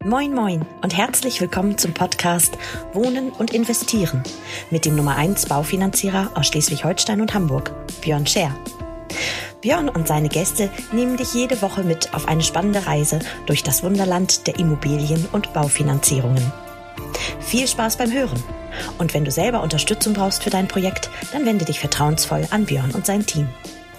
Moin Moin und herzlich willkommen zum Podcast Wohnen und Investieren mit dem Nummer 1 Baufinanzierer aus Schleswig-Holstein und Hamburg, Björn Scher. Björn und seine Gäste nehmen dich jede Woche mit auf eine spannende Reise durch das Wunderland der Immobilien- und Baufinanzierungen. Viel Spaß beim Hören! Und wenn du selber Unterstützung brauchst für dein Projekt, dann wende dich vertrauensvoll an Björn und sein Team.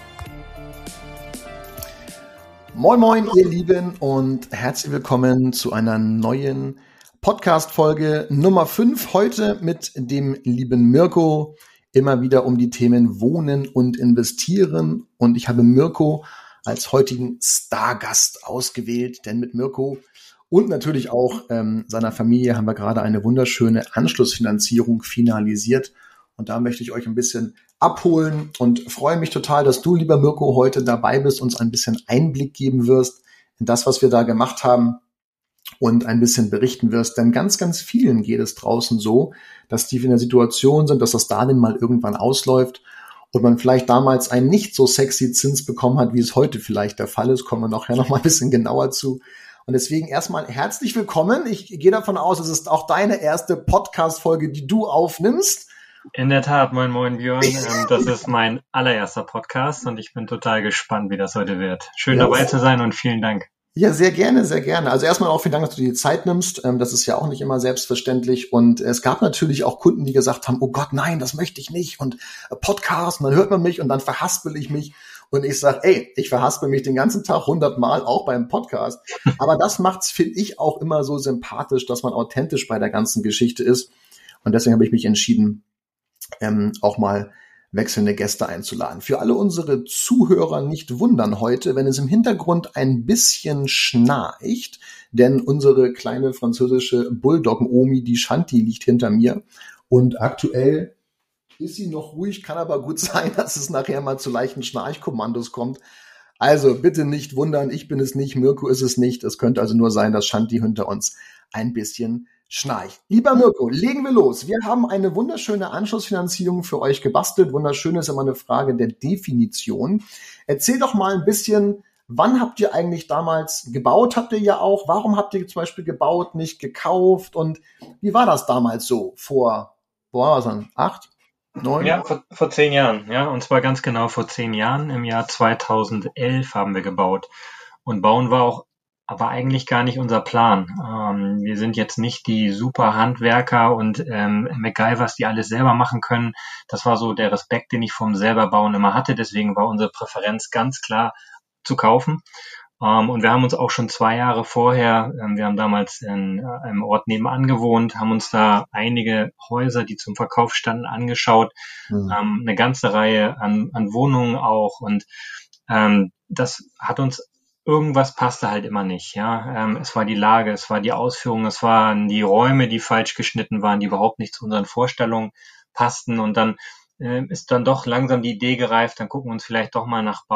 Moin Moin ihr Lieben und herzlich willkommen zu einer neuen Podcast-Folge Nummer 5. Heute mit dem lieben Mirko, immer wieder um die Themen Wohnen und Investieren. Und ich habe Mirko als heutigen Stargast ausgewählt, denn mit Mirko und natürlich auch seiner Familie haben wir gerade eine wunderschöne Anschlussfinanzierung finalisiert. Und da möchte ich euch ein bisschen abholen und freue mich total, dass du, lieber Mirko, heute dabei bist, uns ein bisschen Einblick geben wirst in das, was wir da gemacht haben und ein bisschen berichten wirst. Denn ganz, ganz vielen geht es draußen so, dass die in der Situation sind, dass das Darlehen mal irgendwann ausläuft und man vielleicht damals einen nicht so sexy Zins bekommen hat, wie es heute vielleicht der Fall ist. Kommen wir nachher noch mal ein bisschen genauer zu. Und deswegen erstmal herzlich willkommen. Ich gehe davon aus, es ist auch deine erste Podcast-Folge, die du aufnimmst. In der Tat, moin moin Björn, das ist mein allererster Podcast und ich bin total gespannt, wie das heute wird. Schön dabei zu sein und vielen Dank. Ja, sehr gerne, sehr gerne. Also erstmal auch vielen Dank, dass du dir die Zeit nimmst. Das ist ja auch nicht immer selbstverständlich. Und es gab natürlich auch Kunden, die gesagt haben, oh Gott, nein, das möchte ich nicht. Und Podcast, dann hört man mich und dann verhaspel ich mich. Und ich sage, ey, ich verhaspel mich den ganzen Tag 100 Mal, auch beim Podcast. Aber das macht's, finde ich, auch immer so sympathisch, dass man authentisch bei der ganzen Geschichte ist. Und deswegen habe ich mich entschieden, auch mal wechselnde Gäste einzuladen. Für alle unsere Zuhörer nicht wundern heute, wenn es im Hintergrund ein bisschen schnarcht, denn unsere kleine französische Bulldoggen-Omi, die Shanti, liegt hinter mir und aktuell ist sie noch ruhig, kann aber gut sein, dass es nachher mal zu leichten Schnarchkommandos kommt. Also bitte nicht wundern, ich bin es nicht, Mirko ist es nicht. Es könnte also nur sein, dass Shanti hinter uns ein bisschen schnarcht. Lieber Mirko, legen wir los. Wir haben eine wunderschöne Anschlussfinanzierung für euch gebastelt. Wunderschön ist immer eine Frage der Definition. Erzähl doch mal ein bisschen, wann habt ihr eigentlich damals gebaut? Habt ihr ja auch. Warum habt ihr zum Beispiel gebaut, nicht gekauft? Und wie war das damals so vor, was dann, 8, 9? Ja, vor 10 Jahren. Ja, und zwar ganz genau vor 10 Jahren. Im Jahr 2011 haben wir gebaut. Und bauen war auch aber eigentlich gar nicht unser Plan. Wir sind jetzt nicht die super Handwerker und MacGyvers, die alles selber machen können. Das war so der Respekt, den ich vom Selberbauen immer hatte. Deswegen war unsere Präferenz ganz klar zu kaufen. Und wir haben uns auch schon 2 Jahre vorher, wir haben damals in einem Ort nebenan gewohnt, haben uns da einige Häuser, die zum Verkauf standen, angeschaut. Eine ganze Reihe an Wohnungen auch. Und das hat uns irgendwas passte halt immer nicht, ja. Es war die Lage, es war die Ausführung, es waren die Räume, die falsch geschnitten waren, die überhaupt nicht zu unseren Vorstellungen passten. Und dann ist dann doch langsam die Idee gereift, dann gucken wir uns vielleicht doch mal nach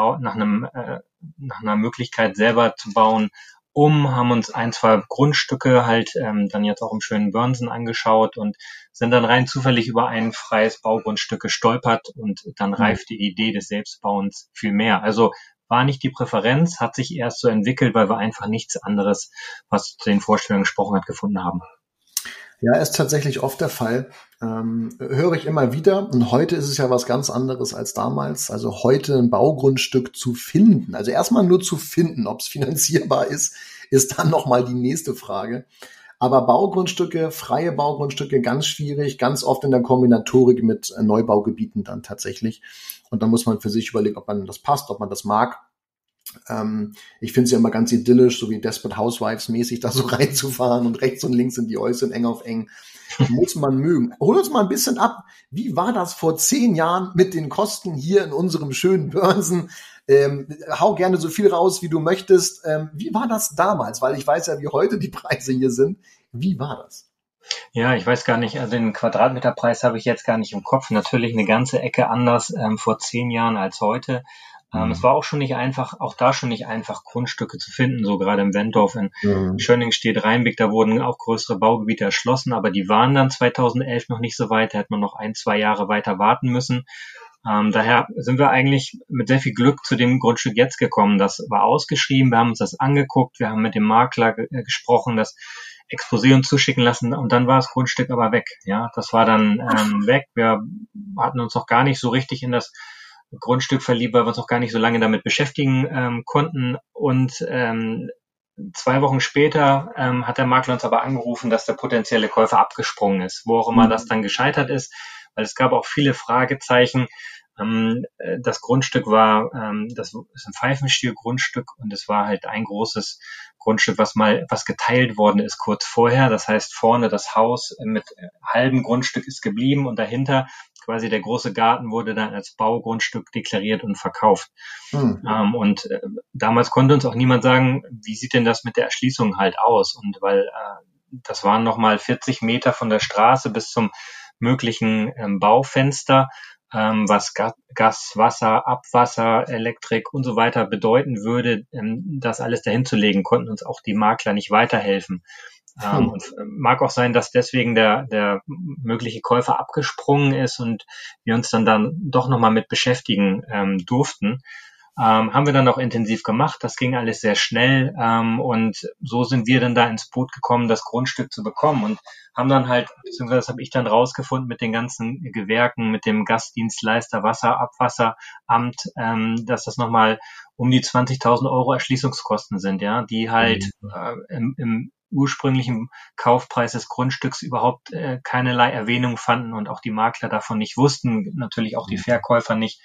einer Möglichkeit selber zu bauen, haben uns 1, 2 Grundstücke halt dann jetzt auch im schönen Börnsen angeschaut und sind dann rein zufällig über ein freies Baugrundstück gestolpert und dann reifte die Idee des Selbstbauens viel mehr. Also war nicht die Präferenz, hat sich erst so entwickelt, weil wir einfach nichts anderes, was zu den Vorstellungen gesprochen hat, gefunden haben. Ja, ist tatsächlich oft der Fall. Höre ich immer wieder. Und heute ist es ja was ganz anderes als damals. Also heute ein Baugrundstück zu finden. Also erstmal nur zu finden, ob es finanzierbar ist dann nochmal die nächste Frage. Aber Baugrundstücke, freie Baugrundstücke, ganz schwierig, ganz oft in der Kombinatorik mit Neubaugebieten dann tatsächlich. Und dann muss man für sich überlegen, ob man das passt, ob man das mag. Ich finde es ja immer ganz idyllisch, so wie Desperate Housewives mäßig da so reinzufahren und rechts und links sind die Häuser eng auf eng. Muss man mögen. Hol uns mal ein bisschen ab. Wie war das vor 10 Jahren mit den Kosten hier in unserem schönen Börnsen? Hau gerne so viel raus, wie du möchtest. Wie war das damals? Weil ich weiß ja, wie heute die Preise hier sind. Wie war das? Ja, ich weiß gar nicht, also den Quadratmeterpreis habe ich jetzt gar nicht im Kopf. Natürlich eine ganze Ecke anders vor 10 Jahren als heute. Es war auch schon nicht einfach, Grundstücke zu finden, so gerade im Wentorf in Schöningstedt-Rheinbeck, da wurden auch größere Baugebiete erschlossen, aber die waren dann 2011 noch nicht so weit, da hätte man noch 1, 2 Jahre weiter warten müssen. Daher sind wir eigentlich mit sehr viel Glück zu dem Grundstück jetzt gekommen. Das war ausgeschrieben, wir haben uns das angeguckt, wir haben mit dem Makler gesprochen, das Exposé uns zuschicken lassen und dann war das Grundstück aber weg. Ja, das war dann weg. Wir hatten uns noch gar nicht so richtig in das Grundstück verliebt, weil wir uns noch gar nicht so lange damit beschäftigen konnten. Und 2 Wochen später hat der Makler uns aber angerufen, dass der potenzielle Käufer abgesprungen ist, wo auch immer das dann gescheitert ist, weil es gab auch viele Fragezeichen. Das Grundstück war, das ist ein Pfeifenstiel-Grundstück und es war halt ein großes Grundstück, was geteilt worden ist kurz vorher. Das heißt, vorne das Haus mit halbem Grundstück ist geblieben und dahinter quasi der große Garten wurde dann als Baugrundstück deklariert und verkauft. Damals konnte uns auch niemand sagen, wie sieht denn das mit der Erschließung halt aus? Und weil das waren nochmal 40 Meter von der Straße bis zum möglichen Baufenster, was Gas, Wasser, Abwasser, Elektrik und so weiter bedeuten würde, das alles dahin zu legen, konnten uns auch die Makler nicht weiterhelfen. Und mag auch sein, dass deswegen der mögliche Käufer abgesprungen ist und wir uns dann doch nochmal mit beschäftigen durften. Haben wir dann auch intensiv gemacht. Das ging alles sehr schnell und so sind wir dann da ins Boot gekommen, das Grundstück zu bekommen und haben dann halt, beziehungsweise das habe ich dann rausgefunden mit den ganzen Gewerken, mit dem Gastdienstleister Wasser, Abwasseramt, dass das nochmal um die 20.000 Euro Erschließungskosten sind, ja, die halt im ursprünglichen Kaufpreis des Grundstücks überhaupt keinerlei Erwähnung fanden und auch die Makler davon nicht wussten, natürlich auch die Verkäufer nicht.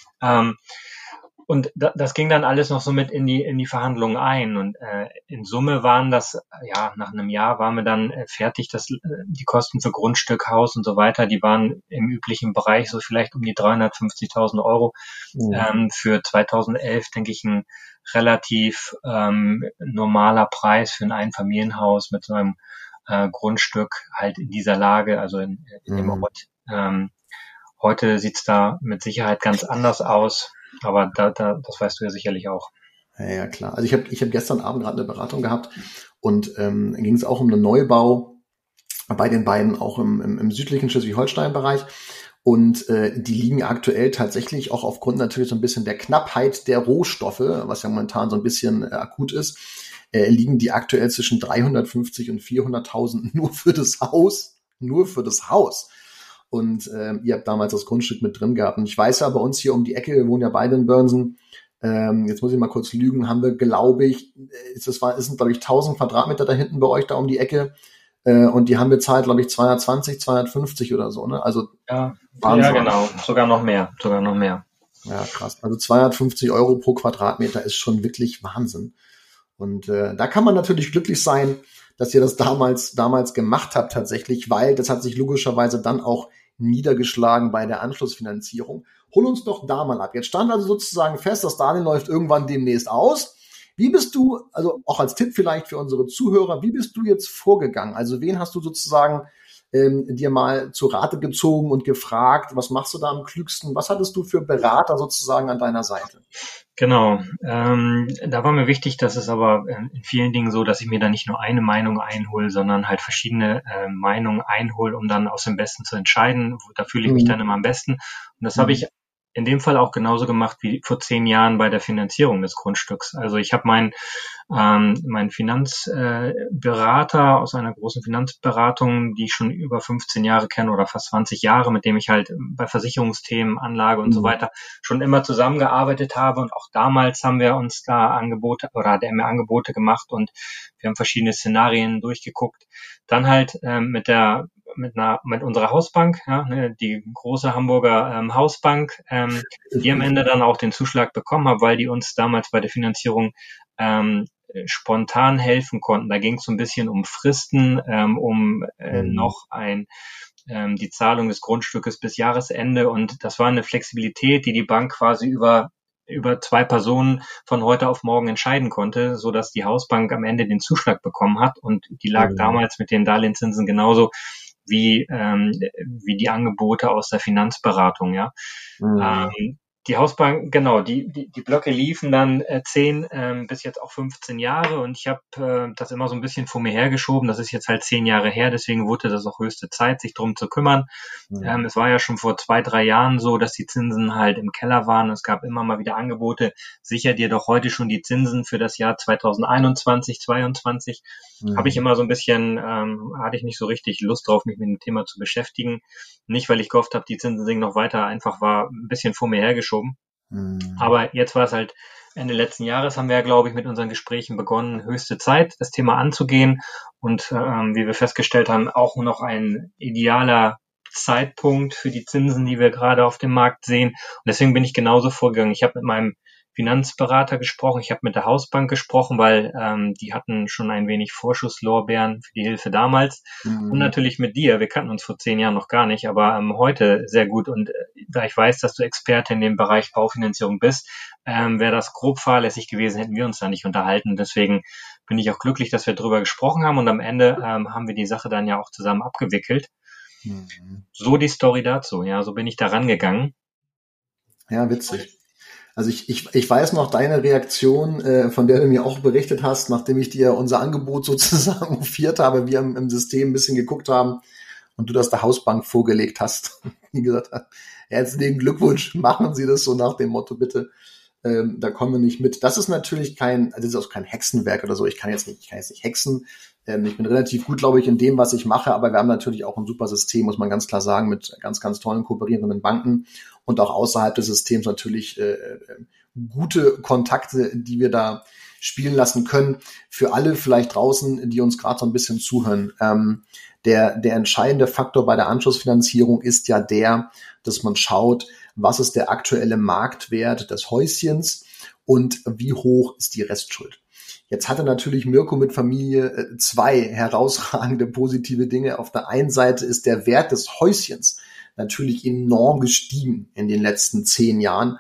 Und das ging dann alles noch so mit in die Verhandlungen ein. Und in Summe waren das, ja, nach einem Jahr waren wir dann fertig, die Kosten für Grundstück, Haus und so weiter, die waren im üblichen Bereich so vielleicht um die 350.000 Euro. Für 2011, denke ich, ein relativ normaler Preis für ein Einfamilienhaus mit so einem Grundstück halt in dieser Lage, also in dem Ort. Heute sieht's da mit Sicherheit ganz anders aus. Aber das weißt du ja sicherlich auch. Ja, klar. Also ich hab gestern Abend gerade eine Beratung gehabt und ging es auch um einen Neubau bei den beiden auch im südlichen Schleswig-Holstein-Bereich. Und die liegen aktuell tatsächlich auch aufgrund natürlich so ein bisschen der Knappheit der Rohstoffe, was ja momentan so ein bisschen akut ist, liegen die aktuell zwischen 350 und 400.000 nur für das Haus. Nur für das Haus. Und ihr habt damals das Grundstück mit drin gehabt. Und ich weiß ja, bei uns hier um die Ecke, wir wohnen ja beide in Börnsen, jetzt muss ich mal kurz lügen, haben wir, glaube ich, es sind, glaube ich, 1.000 Quadratmeter da hinten bei euch da um die Ecke. Und die haben bezahlt, glaube ich, 220, 250 oder so, ne? Also ja, ja, genau, sogar noch mehr. Ja, krass. Also 250 Euro pro Quadratmeter ist schon wirklich Wahnsinn. Und da kann man natürlich glücklich sein, dass ihr das damals gemacht habt tatsächlich, weil das hat sich logischerweise dann auch niedergeschlagen bei der Anschlussfinanzierung. Hol uns doch da mal ab. Jetzt stand also sozusagen fest, das Darlehen läuft irgendwann demnächst aus. Wie bist du, also auch als Tipp vielleicht für unsere Zuhörer, wie bist du jetzt vorgegangen? Also wen hast du sozusagen dir mal zu Rate gezogen und gefragt, was machst du da am klügsten? Was hattest du für Berater sozusagen an deiner Seite? Genau, da war mir wichtig, dass es aber in vielen Dingen so, dass ich mir da nicht nur eine Meinung einhole, sondern halt verschiedene Meinungen einhole, um dann aus dem Besten zu entscheiden. Da fühle ich mich dann immer am besten. Und das habe ich in dem Fall auch genauso gemacht wie vor 10 Jahren bei der Finanzierung des Grundstücks. Also ich habe meinen Finanzberater aus einer großen Finanzberatung, die ich schon über 15 Jahre kenne oder fast 20 Jahre, mit dem ich halt bei Versicherungsthemen, Anlage und so weiter schon immer zusammengearbeitet habe. Und auch damals haben wir uns da Angebote oder hat er mir Angebote gemacht und wir haben verschiedene Szenarien durchgeguckt. Dann halt mit unserer Hausbank, ja, die große Hamburger Hausbank, die am Ende dann auch den Zuschlag bekommen hat, weil die uns damals bei der Finanzierung spontan helfen konnten. Da ging es so ein bisschen um Fristen, noch die Zahlung des Grundstückes bis Jahresende und das war eine Flexibilität, die Bank quasi über 2 Personen von heute auf morgen entscheiden konnte, so dass die Hausbank am Ende den Zuschlag bekommen hat und die lag damals mit den Darlehenszinsen genauso wie die Angebote aus der Finanzberatung, ja. Die Hausbank, genau, die Blöcke liefen dann 10 bis jetzt auch 15 Jahre und ich habe das immer so ein bisschen vor mir hergeschoben. Das ist jetzt halt 10 Jahre her, deswegen wurde das auch höchste Zeit, sich drum zu kümmern. Es war ja schon vor 2-3 Jahren so, dass die Zinsen halt im Keller waren. Es gab immer mal wieder Angebote, sicher dir doch heute schon die Zinsen für das Jahr 2021, 2022. Habe ich immer so ein bisschen, hatte ich nicht so richtig Lust drauf, mich mit dem Thema zu beschäftigen. Nicht, weil ich gehofft habe, die Zinsen sinken noch weiter, einfach war ein bisschen vor mir hergeschoben. Aber jetzt war es halt Ende letzten Jahres, haben wir ja, glaube ich, mit unseren Gesprächen begonnen, höchste Zeit, das Thema anzugehen. Und wie wir festgestellt haben, auch noch ein idealer Zeitpunkt für die Zinsen, die wir gerade auf dem Markt sehen. Und deswegen bin ich genauso vorgegangen. Ich habe mit meinem Finanzberater gesprochen, ich habe mit der Hausbank gesprochen, weil die hatten schon ein wenig Vorschusslorbeeren für die Hilfe damals. Und natürlich mit dir, wir kannten uns vor 10 Jahren noch gar nicht, aber heute sehr gut. Und da ich weiß, dass du Experte in dem Bereich Baufinanzierung bist, wäre das grob fahrlässig gewesen, hätten wir uns da nicht unterhalten. Deswegen bin ich auch glücklich, dass wir drüber gesprochen haben und am Ende haben wir die Sache dann ja auch zusammen abgewickelt. So die Story dazu, ja, so bin ich da rangegangen. Ja, witzig. Also ich weiß noch deine Reaktion, von der du mir auch berichtet hast, nachdem ich dir unser Angebot sozusagen offiert habe, wir im System ein bisschen geguckt haben und du das der Hausbank vorgelegt hast. Wie gesagt, herzlichen Glückwunsch, machen Sie das so nach dem Motto, bitte, da kommen wir nicht mit. Das ist natürlich das ist auch kein Hexenwerk oder so, ich kann jetzt nicht hexen. Ich bin relativ gut, glaube ich, in dem, was ich mache, aber wir haben natürlich auch ein super System, muss man ganz klar sagen, mit ganz, ganz tollen kooperierenden Banken und auch außerhalb des Systems natürlich gute Kontakte, die wir da spielen lassen können. Für alle vielleicht draußen, die uns gerade so ein bisschen zuhören, der entscheidende Faktor bei der Anschlussfinanzierung ist ja dass man schaut, was ist der aktuelle Marktwert des Häuschens und wie hoch ist die Restschuld. Jetzt hatte natürlich Mirko mit Familie 2 herausragende positive Dinge. Auf der einen Seite ist der Wert des Häuschens natürlich enorm gestiegen in den letzten 10 Jahren.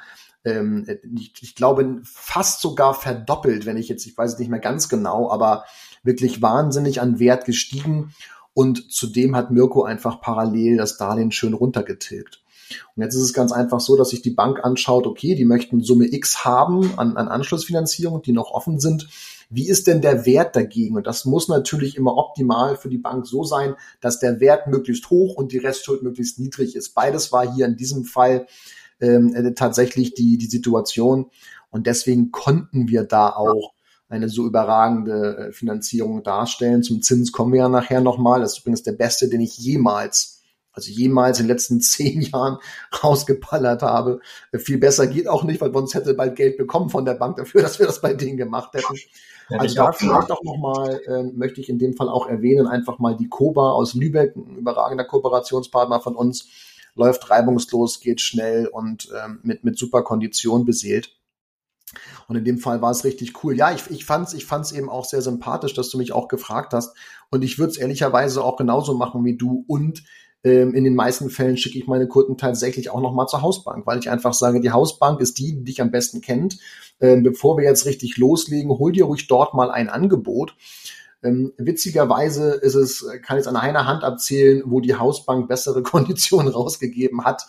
Ich glaube fast sogar verdoppelt, ich weiß es nicht mehr ganz genau, aber wirklich wahnsinnig an Wert gestiegen. Und zudem hat Mirko einfach parallel das Darlehen schön runtergetilgt. Und jetzt ist es ganz einfach so, dass sich die Bank anschaut, okay, die möchten Summe X haben an Anschlussfinanzierung, die noch offen sind. Wie ist denn der Wert dagegen? Und das muss natürlich immer optimal für die Bank so sein, dass der Wert möglichst hoch und die Restschuld möglichst niedrig ist. Beides war hier in diesem Fall tatsächlich die Situation. Und deswegen konnten wir da auch eine so überragende Finanzierung darstellen. Zum Zins kommen wir ja nachher nochmal. Das ist übrigens der beste, den ich jemals in den letzten 10 Jahren rausgeballert habe. Viel besser geht auch nicht, weil sonst hätte bald Geld bekommen von der Bank dafür, dass wir das bei denen gemacht hätten. Also da vielleicht auch nochmal, möchte ich in dem Fall auch erwähnen, einfach mal die Koba aus Lübeck, ein überragender Kooperationspartner von uns, läuft reibungslos, geht schnell und mit super Kondition beseelt. Und in dem Fall war es richtig cool. Ja, ich fand's eben auch sehr sympathisch, dass du mich auch gefragt hast. Und ich würde es ehrlicherweise auch genauso machen wie du. Und in den meisten Fällen schicke ich meine Kunden tatsächlich auch nochmal zur Hausbank, weil ich einfach sage, die Hausbank ist die dich am besten kennt. Bevor wir jetzt richtig loslegen, hol dir ruhig dort mal ein Angebot. Witzigerweise kann ich es an einer Hand abzählen, wo die Hausbank bessere Konditionen rausgegeben hat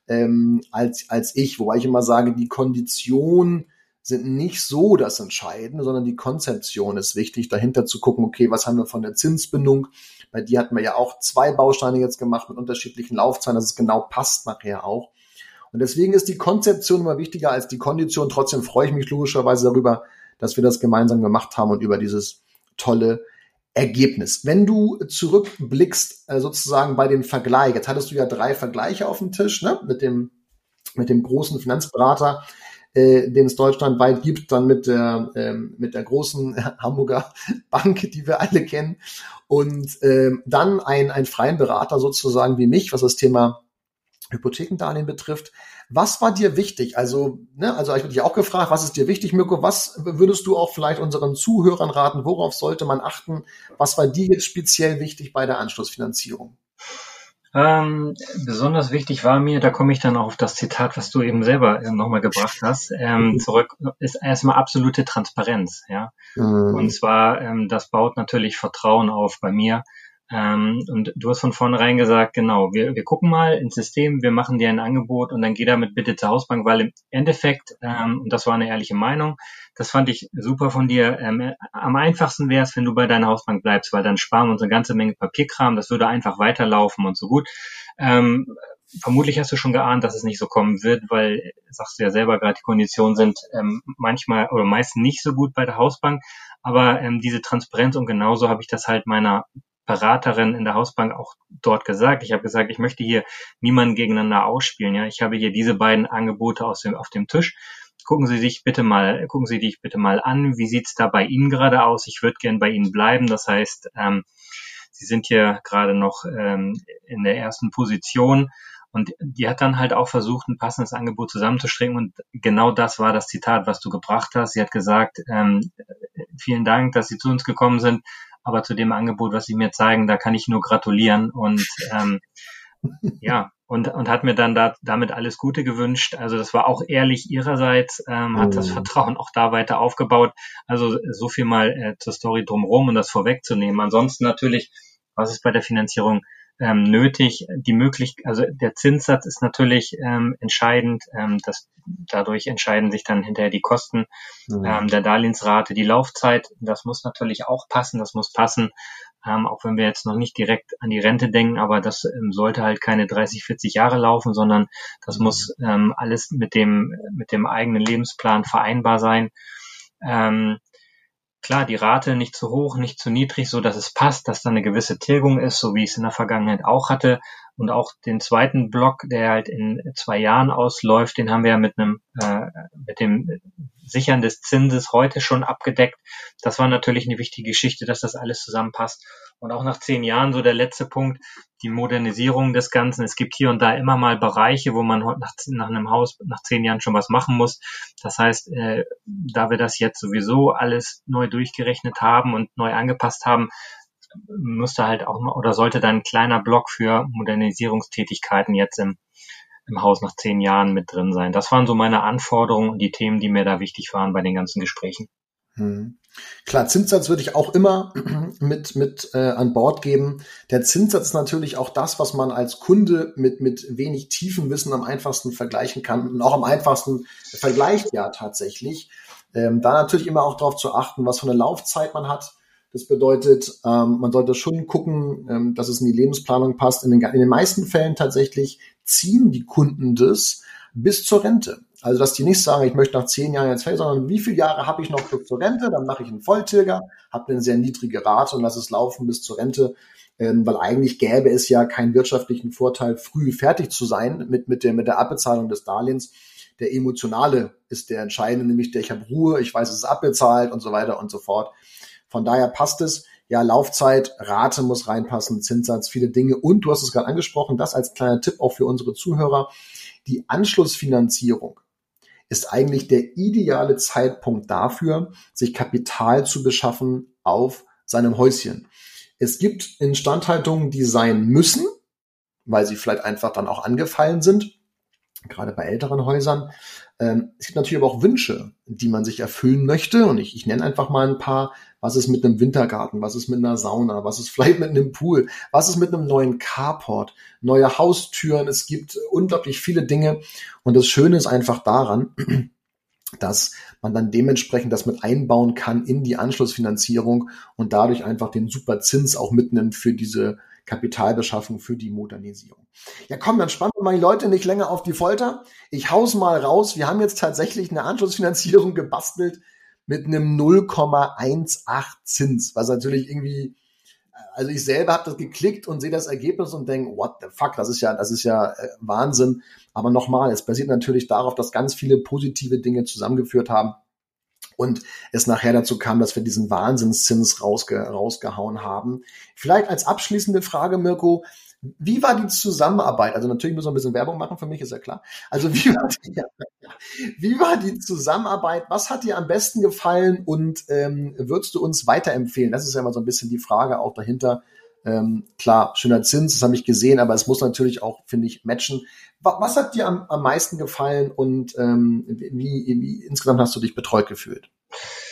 als ich. Wobei ich immer sage, die Konditionen sind nicht so das Entscheidende, sondern die Konzeption ist wichtig, dahinter zu gucken, okay, was haben wir von der Zinsbindung? Bei dir hatten wir ja auch 2 Bausteine jetzt gemacht mit unterschiedlichen Laufzeiten, dass es genau passt nachher auch. Und deswegen ist die Konzeption immer wichtiger als die Kondition. Trotzdem freue ich mich logischerweise darüber, dass wir das gemeinsam gemacht haben und über dieses tolle Ergebnis. Wenn du zurückblickst, sozusagen bei dem Vergleich, jetzt hattest du ja 3 Vergleiche auf dem Tisch, ne? Mit dem großen Finanzberater, den es deutschlandweit gibt, dann mit der großen Hamburger Bank, die wir alle kennen, und dann ein freien Berater sozusagen wie mich, was das Thema Hypothekendarlehen betrifft. Was war dir wichtig? Also ich habe dich auch gefragt, was ist dir wichtig, Mirko? Was würdest du auch vielleicht unseren Zuhörern raten? Worauf sollte man achten? Was war dir jetzt speziell wichtig bei der Anschlussfinanzierung? Besonders wichtig war mir, da komme ich dann auch auf das Zitat, was du eben selber nochmal gebracht hast, zurück, ist erstmal absolute Transparenz, ja. Und zwar, das baut natürlich Vertrauen auf bei mir, Und du hast von vornherein gesagt, genau, wir gucken mal ins System, wir machen dir ein Angebot und dann geh damit bitte zur Hausbank, weil im Endeffekt, und das war eine ehrliche Meinung, das fand ich super von dir, am einfachsten wäre es, wenn du bei deiner Hausbank bleibst, weil dann sparen wir uns eine ganze Menge Papierkram, das würde einfach weiterlaufen und so gut. Vermutlich hast du schon geahnt, dass es nicht so kommen wird, weil, sagst du ja selber gerade, die Konditionen sind manchmal oder meistens nicht so gut bei der Hausbank, aber diese Transparenz und genauso habe ich das halt meiner Beraterin in der Hausbank auch dort gesagt. Ich habe gesagt, ich möchte hier niemanden gegeneinander ausspielen. Ja, ich habe hier diese beiden Angebote auf dem Tisch. Gucken Sie dich bitte mal an. Wie sieht's da bei Ihnen gerade aus? Ich würde gern bei Ihnen bleiben. Das heißt, Sie sind hier gerade noch in der ersten Position. Und die hat dann halt auch versucht, ein passendes Angebot zusammenzustricken. Und genau das war das Zitat, was du gebracht hast. Sie hat gesagt, vielen Dank, dass Sie zu uns gekommen sind. Aber zu dem Angebot, was Sie mir zeigen, da kann ich nur gratulieren und ja, und hat mir dann damit alles Gute gewünscht. Also das war auch ehrlich ihrerseits, hat das Vertrauen auch da weiter aufgebaut. Also so viel mal zur Story drumherum und das vorwegzunehmen. Ansonsten natürlich, was ist bei der Finanzierung nötig? Also der Zinssatz ist natürlich entscheidend. Dadurch entscheiden sich dann hinterher die Kosten der Darlehensrate, die Laufzeit. Das muss natürlich auch passen. Das muss passen, auch wenn wir jetzt noch nicht direkt an die Rente denken. Aber das sollte halt keine 30, 40 Jahre laufen, sondern das muss alles mit dem eigenen Lebensplan vereinbar sein. Klar, die Rate nicht zu hoch, nicht zu niedrig, so dass es passt, dass da eine gewisse Tilgung ist, so wie ich es in der Vergangenheit auch hatte. Und auch den zweiten Block, der halt in 2 Jahren ausläuft, den haben wir ja mit dem Sichern des Zinses heute schon abgedeckt. Das war natürlich eine wichtige Geschichte, dass das alles zusammenpasst. Und auch nach 10 Jahren, so der letzte Punkt, die Modernisierung des Ganzen. Es gibt hier und da immer mal Bereiche, wo man nach einem Haus nach 10 Jahren schon was machen muss. Das heißt, da wir das jetzt sowieso alles neu durchgerechnet haben und neu angepasst haben, müsste halt auch oder sollte dann ein kleiner Block für Modernisierungstätigkeiten jetzt im Haus nach 10 Jahren mit drin sein. Das waren so meine Anforderungen und die Themen, die mir da wichtig waren bei den ganzen Gesprächen. Klar, Zinssatz würde ich auch immer mit an Bord geben. Der Zinssatz ist natürlich auch das, was man als Kunde mit wenig tiefen Wissen am einfachsten vergleichen kann und auch am einfachsten vergleicht ja tatsächlich. Da natürlich immer auch darauf zu achten, was für eine Laufzeit man hat. Das bedeutet, man sollte schon gucken, dass es in die Lebensplanung passt. In den meisten Fällen tatsächlich ziehen die Kunden das bis zur Rente. Also, dass die nicht sagen, ich möchte nach 10 Jahren jetzt fertig, sondern wie viele Jahre habe ich noch bis zur Rente? Dann mache ich einen Volltilger, habe eine sehr niedrige Rate und lasse es laufen bis zur Rente. Weil eigentlich gäbe es ja keinen wirtschaftlichen Vorteil, früh fertig zu sein mit der Abbezahlung des Darlehens. Der emotionale ist der entscheidende, nämlich ich habe Ruhe, ich weiß, es ist abbezahlt und so weiter und so fort. Von daher passt es. Ja, Laufzeit, Rate muss reinpassen, Zinssatz, viele Dinge. Und du hast es gerade angesprochen, das als kleiner Tipp auch für unsere Zuhörer. Die Anschlussfinanzierung ist eigentlich der ideale Zeitpunkt dafür, sich Kapital zu beschaffen auf seinem Häuschen. Es gibt Instandhaltungen, die sein müssen, weil sie vielleicht einfach dann auch angefallen sind, gerade bei älteren Häusern. Es gibt natürlich aber auch Wünsche, die man sich erfüllen möchte. Und ich nenne einfach mal ein paar. Was ist mit einem Wintergarten? Was ist mit einer Sauna? Was ist vielleicht mit einem Pool? Was ist mit einem neuen Carport? Neue Haustüren? Es gibt unglaublich viele Dinge. Und das Schöne ist einfach daran, dass man dann dementsprechend das mit einbauen kann in die Anschlussfinanzierung und dadurch einfach den super Zins auch mitnimmt für diese Kapitalbeschaffung, für die Modernisierung. Ja komm, dann spannen wir mal die Leute nicht länger auf die Folter. Ich hau's mal raus. Wir haben jetzt tatsächlich eine Anschlussfinanzierung gebastelt mit einem 0,18 Zins, was natürlich irgendwie, also ich selber habe das geklickt und sehe das Ergebnis und denke, what the fuck, das ist ja Wahnsinn. Aber nochmal, es basiert natürlich darauf, dass ganz viele positive Dinge zusammengeführt haben und es nachher dazu kam, dass wir diesen Wahnsinnszins rausgehauen haben. Vielleicht als abschließende Frage, Mirko, wie war die Zusammenarbeit? Also natürlich müssen wir ein bisschen Werbung machen, für mich ist ja klar. Also wie war die Zusammenarbeit? Was hat dir am besten gefallen und würdest du uns weiterempfehlen? Das ist ja immer so ein bisschen die Frage auch dahinter. Klar, schöner Zins, das habe ich gesehen, aber es muss natürlich auch, finde ich, matchen. Was hat dir am meisten gefallen und wie insgesamt hast du dich betreut gefühlt?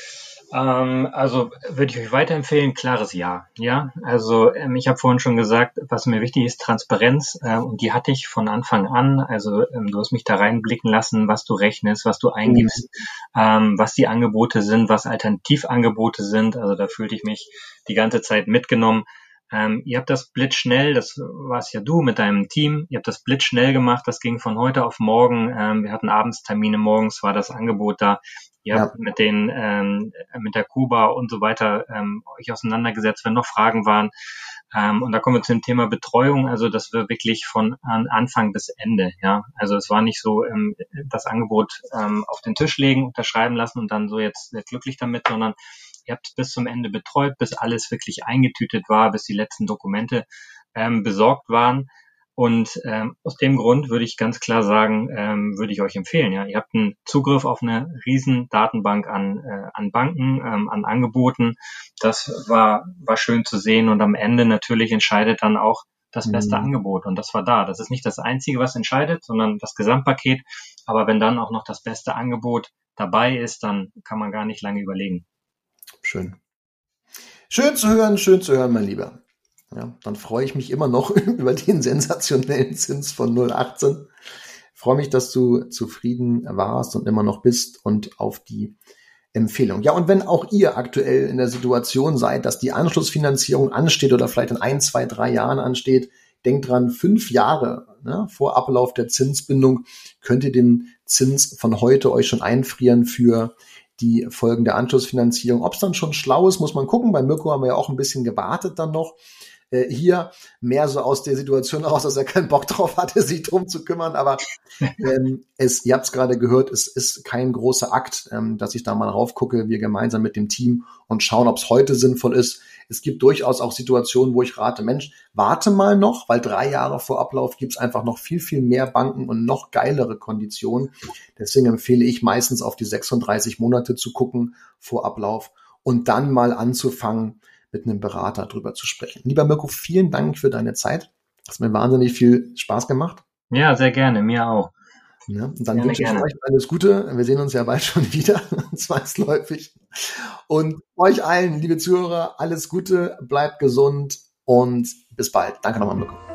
Also würde ich euch weiterempfehlen, klares Ja. Ja, also ich habe vorhin schon gesagt, was mir wichtig ist, Transparenz, und die hatte ich von Anfang an. Also du hast mich da reinblicken lassen, was du rechnest, was du eingibst, was die Angebote sind, was Alternativangebote sind. Also da fühlte ich mich die ganze Zeit mitgenommen. Ihr habt das blitzschnell, das warst ja du mit deinem Team, ihr habt das blitzschnell gemacht, das ging von heute auf morgen. Wir hatten Abendstermine, morgens war das Angebot da. Ihr habt mit der Kuba und so weiter euch auseinandergesetzt, wenn noch Fragen waren. Und da kommen wir zum Thema Betreuung. Also das war wirklich von Anfang bis Ende. Ja, also es war nicht so das Angebot auf den Tisch legen, unterschreiben lassen und dann so jetzt glücklich damit, sondern ihr habt bis zum Ende betreut, bis alles wirklich eingetütet war, bis die letzten Dokumente besorgt waren. Und aus dem Grund würde ich ganz klar sagen, würde ich euch empfehlen. Ja, ihr habt einen Zugriff auf eine riesen Datenbank an Banken, an Angeboten. Das war schön zu sehen. Und am Ende natürlich entscheidet dann auch das beste Angebot. Und das war da. Das ist nicht das Einzige, was entscheidet, sondern das Gesamtpaket. Aber wenn dann auch noch das beste Angebot dabei ist, dann kann man gar nicht lange überlegen. Schön. Schön zu hören, mein Lieber. Ja, dann freue ich mich immer noch über den sensationellen Zins von 0,18. Freue mich, dass du zufrieden warst und immer noch bist und auf die Empfehlung. Ja, und wenn auch ihr aktuell in der Situation seid, dass die Anschlussfinanzierung ansteht oder vielleicht in 1, 2, 3 Jahren ansteht, denkt dran, 5 Jahre vor Ablauf der Zinsbindung könnt ihr den Zins von heute euch schon einfrieren für die Folgen der Anschlussfinanzierung. Ob es dann schon schlau ist, muss man gucken. Bei Mirko haben wir ja auch ein bisschen gewartet dann noch. Hier mehr so aus der Situation heraus, dass er keinen Bock drauf hatte, sich drum zu kümmern. Aber ihr habt es gerade gehört, es ist kein großer Akt, dass ich da mal raufgucke, wir gemeinsam mit dem Team und schauen, ob es heute sinnvoll ist. Es gibt durchaus auch Situationen, wo ich rate, Mensch, warte mal noch, weil 3 Jahre vor Ablauf gibt es einfach noch viel, viel mehr Banken und noch geilere Konditionen. Deswegen empfehle ich meistens auf die 36 Monate zu gucken vor Ablauf und dann mal anzufangen, mit einem Berater drüber zu sprechen. Lieber Mirko, vielen Dank für deine Zeit. Das hat mir wahnsinnig viel Spaß gemacht. Ja, sehr gerne, mir auch. Ja, und dann wünsche ich euch alles Gute. Wir sehen uns ja bald schon wieder, zwangsläufig. Und euch allen, liebe Zuhörer, alles Gute, bleibt gesund und bis bald. Danke nochmal, Mirko.